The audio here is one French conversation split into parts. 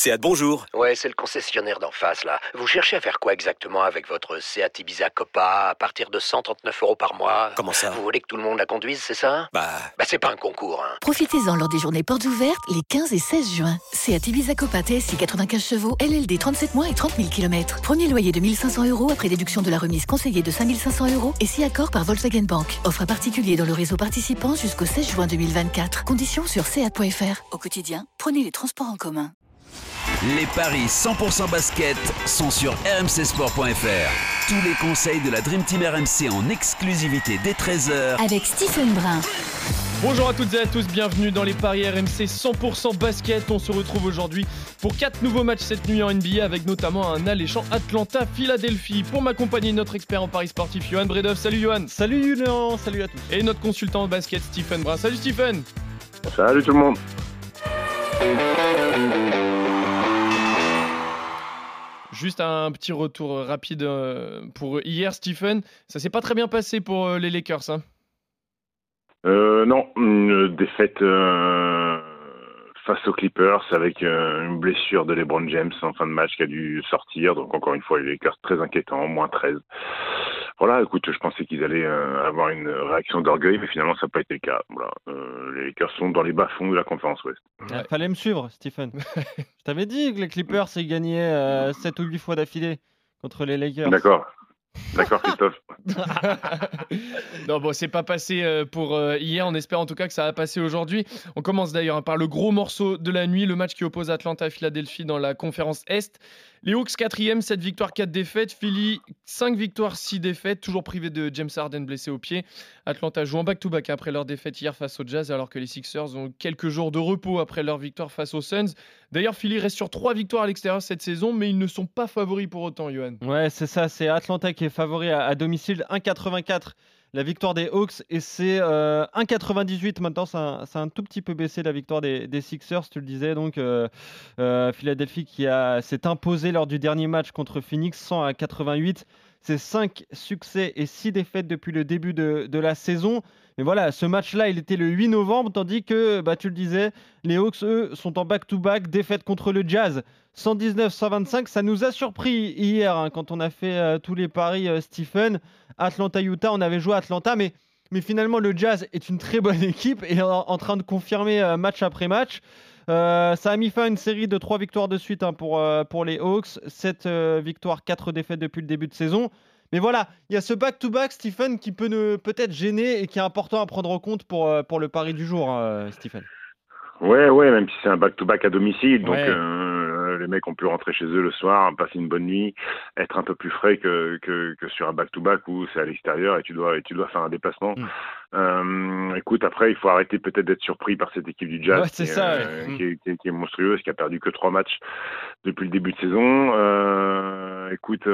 Seat, bonjour. Ouais, c'est le concessionnaire d'en face, là. Vous cherchez à faire quoi exactement avec votre Seat Ibiza Copa à partir de 139 € par mois? Comment ça? Vous voulez que tout le monde la conduise, c'est ça? Bah, c'est pas un concours, hein. Profitez-en lors des journées portes ouvertes les 15 et 16 juin. Seat Ibiza Copa TSI 95 chevaux, LLD 37 mois et 30 000 km. Premier loyer de 1 500 € après déduction de la remise conseillée de 5 500 € et si accord par Volkswagen Bank. Offre à particulier dans le réseau participant jusqu'au 16 juin 2024. Conditions sur seat.fr. Au quotidien, prenez les transports en commun. Les paris 100% basket sont sur rmcsport.fr. Tous les conseils de la Dream Team RMC en exclusivité dès 13h Avec Stephen Brun. Bonjour à toutes et à tous, bienvenue dans les paris RMC 100% basket. On se retrouve aujourd'hui pour 4 nouveaux matchs cette nuit en NBA avec notamment un alléchant Atlanta-Philadelphie. Pour m'accompagner, notre expert en paris sportif, Johan Bredoff. Salut Johan. Salut Julien, salut à tous. Et notre consultant en basket, Stephen Brun. Salut Stephen. Salut tout le monde. Juste un petit retour rapide pour hier, Stephen. Ça s'est pas très bien passé pour les Lakers, hein. Non, une défaite face aux Clippers avec une blessure de LeBron James en fin de match qui a dû sortir. Donc encore une fois, les Lakers très inquiétants, moins 13. Voilà, écoute, je pensais qu'ils allaient avoir une réaction d'orgueil, mais finalement ça n'a pas été le cas. Voilà, les Lakers sont dans les bas-fonds de la conférence Ouest. Ouais. Fallait me suivre, Stephen. Je t'avais dit que les Clippers ils gagnaient 7 ou 8 fois d'affilée contre les Lakers. D'accord, Christophe. Non, bon, c'est pas passé pour hier. On espère en tout cas que ça va passer aujourd'hui. On commence d'ailleurs par le gros morceau de la nuit, le match qui oppose Atlanta à Philadelphie dans la conférence Est. Les Hawks 4e, 7 victoires, 4 défaites. Philly, 5 victoires, 6 défaites. Toujours privé de James Harden blessé au pied. Atlanta joue en back-to-back après leur défaite hier face aux Jazz, alors que les Sixers ont quelques jours de repos après leur victoire face aux Suns. D'ailleurs, Philly reste sur 3 victoires à l'extérieur cette saison, mais ils ne sont pas favoris pour autant, Johan. Ouais, c'est ça. C'est Atlanta qui est favori à domicile, 1,84. La victoire des Hawks et c'est 1,98 maintenant, ça a un tout petit peu baissé la victoire des Sixers, tu le disais. Donc Philadelphie qui s'est imposé lors du dernier match contre Phoenix, 100-88. C'est 5 succès et 6 défaites depuis le début de la saison. Mais voilà, ce match-là, il était le 8 novembre, tandis que, tu le disais, les Hawks, eux, sont en back-to-back, défaite contre le Jazz, 119-125. Ça nous a surpris hier, hein, quand on a fait tous les paris, Stephen. Atlanta-Utah, on avait joué à Atlanta, mais finalement, le Jazz est une très bonne équipe et en train de confirmer match après match. Ça a mis fin à une série de 3 victoires de suite, hein, pour les Hawks. 7 victoires, 4 défaites depuis le début de saison. Mais voilà, il y a ce back-to-back, Stephen, qui peut peut-être gêner et qui est important à prendre en compte pour le pari du jour, hein, Stephen. Ouais, même si c'est un back-to-back à domicile, donc ouais. Les mecs ont pu rentrer chez eux le soir, passer une bonne nuit, être un peu plus frais que sur un back-to-back où c'est à l'extérieur et tu dois faire un déplacement. Écoute, après, il faut arrêter peut-être d'être surpris par cette équipe du Jazz, ouais, c'est ça, qui est monstrueuse, qui a perdu que 3 matchs depuis le début de saison. Écoute,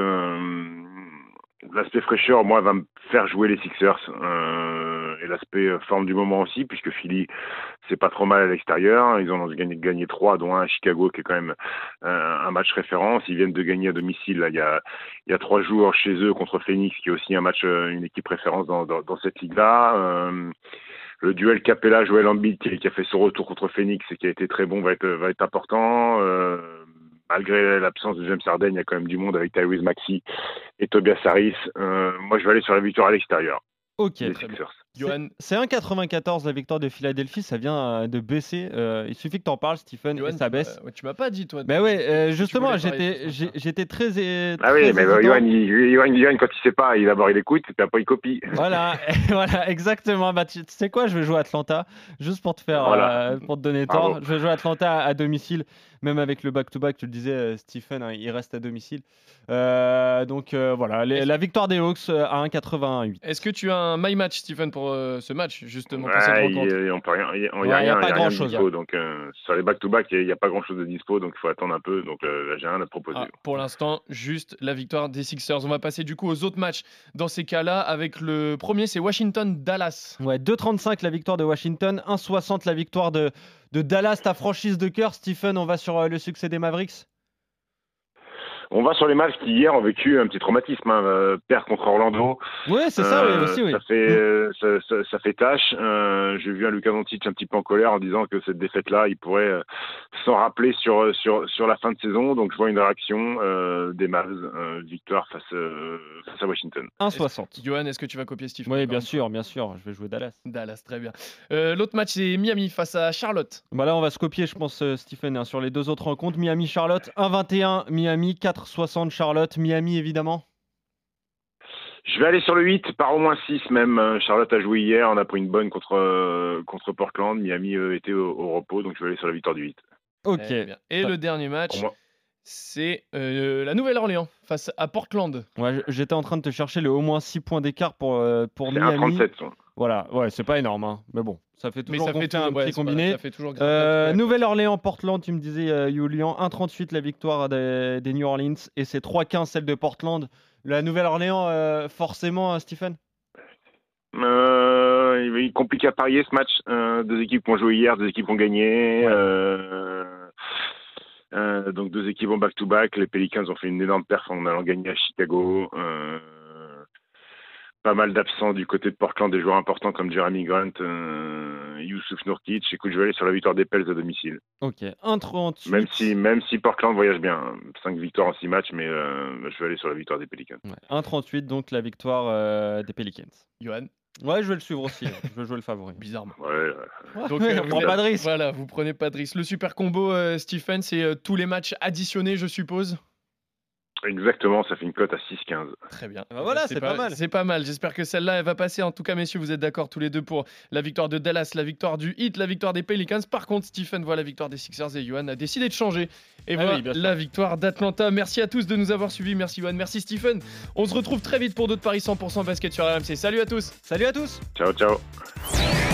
l'aspect fraîcheur, moi, va me faire jouer les Sixers. Et l'aspect forme du moment aussi, puisque Philly, c'est pas trop mal à l'extérieur. Ils en ont gagné 3, dont un à Chicago, qui est quand même un match référence. Ils viennent de gagner à domicile, là, il y a 3 jours chez eux contre Phoenix, qui est aussi un match, une équipe référence dans cette ligue-là. Le duel Capella-Joel Embiid, qui a fait son retour contre Phoenix et qui a été très bon, va être important. Malgré l'absence de James Harden, il y a quand même du monde avec Tyrese Maxey et Tobias Harris. Moi, je vais aller sur la victoire à l'extérieur. Ok, des très bien. Sixers. C'est 1,94 la victoire de Philadelphie, ça vient de baisser. Il suffit que tu en parles, Stephen, Johan, et ça baisse. Tu m'as pas dit, toi. Ben ouais, justement, j'étais j'étais très. Ah oui, mais hésitant. Johan, quand il sait pas, d'abord il écoute, et puis après il copie. Voilà, voilà, exactement. Tu sais quoi, je vais jouer à Atlanta, juste pour te faire, pour te donner tort. Bravo. Je vais jouer à Atlanta à domicile, même avec le back-to-back, tu le disais, Stephen, hein, il reste à domicile. Donc voilà, la victoire des Hawks à 1,88. Est-ce que tu as un my match, Stephen, pour ce match, justement, pour Ouais, cette rencontre? on peut rien, il y y a a pas rien grand de chose, dispo. Donc sur les back-to-back, il y a pas grand chose de dispo, donc il faut attendre un peu. Donc là, j'ai rien à te proposer. Pour l'instant, juste la victoire des Sixers. On va passer du coup aux autres matchs dans ces cas-là. Avec le premier, c'est Washington-Dallas. Ouais, 2,35 la victoire de Washington, 1,60 la victoire de Dallas, ta franchise de cœur. Stephen, on va sur le succès des Mavericks. On va sur les matchs qui hier ont vécu un petit traumatisme. Perdre contre Orlando. Ouais, c'est ça, oui, aussi, oui. Ça fait tâche. J'ai vu un Luka Doncic un petit peu en colère en disant que cette défaite-là, il pourrait s'en rappeler sur la fin de saison. Donc je vois une réaction des Mavs, victoire face à Washington. 1,60. Johan, est-ce que tu vas copier Stephen? Oui, bien sûr. Je vais jouer Dallas. Dallas, très bien. L'autre match, c'est Miami face à Charlotte. Bah là, on va se copier, je pense, Stephen, sur les deux autres rencontres. Miami-Charlotte, 1,21. Miami, 4,60. Charlotte. Miami, évidemment. Je vais aller sur le 8, par au moins 6 même. Charlotte a joué hier, on a pris une bonne contre Portland. Miami était au repos, donc je vais aller sur la victoire du 8. Ok. Et le dernier match, c'est la Nouvelle-Orléans face à Portland. Ouais, j'étais en train de te chercher le au moins 6 points d'écart pour c'est Miami. 1,37. Voilà, ouais, c'est pas énorme, hein. Mais bon, ça fait toujours gonfler un petit combiné. Ça fait toujours grave. Nouvelle-Orléans, Portland, tu me disais, Julian, 1,38 la victoire des New Orleans et c'est 3,15 celle de Portland. La Nouvelle-Orléans, forcément, Stephen? Il est compliqué à parier ce match. Deux équipes qui ont joué hier, deux équipes qui ont gagné. Donc deux équipes en back-to-back. Les Pelicans ont fait une énorme perf en allant gagner à Chicago. Pas mal d'absents du côté de Portland, des joueurs importants comme Jeremy Grant, Youssouf Nurkic. Écoute, je vais aller sur la victoire des Pels à domicile. Ok, 1,38. Même si Portland voyage bien. 5 victoires en 6 matchs, mais je vais aller sur la victoire des Pelicans. Ouais, 1,38 donc la victoire des Pelicans. Johan? Ouais, je vais le suivre aussi. Je vais jouer le favori. Bizarrement. Ouais. Donc, on prend pas de risque. Voilà, vous prenez pas de risque. Le super combo, Stephen, c'est tous les matchs additionnés, je suppose? Exactement, ça fait une cote à 6,15. Très bien. Bah voilà, c'est pas mal. C'est pas mal. J'espère que celle-là, elle va passer. En tout cas, messieurs, vous êtes d'accord tous les deux pour la victoire de Dallas, la victoire du Heat, la victoire des Pelicans. Par contre, Stephen voit la victoire des Sixers et Johan a décidé de changer. Et voilà la victoire d'Atlanta. Merci à tous de nous avoir suivis. Merci Johan, merci Stephen. On se retrouve très vite pour d'autres paris 100% basket sur RMC. Salut à tous. Salut à tous. Ciao, ciao.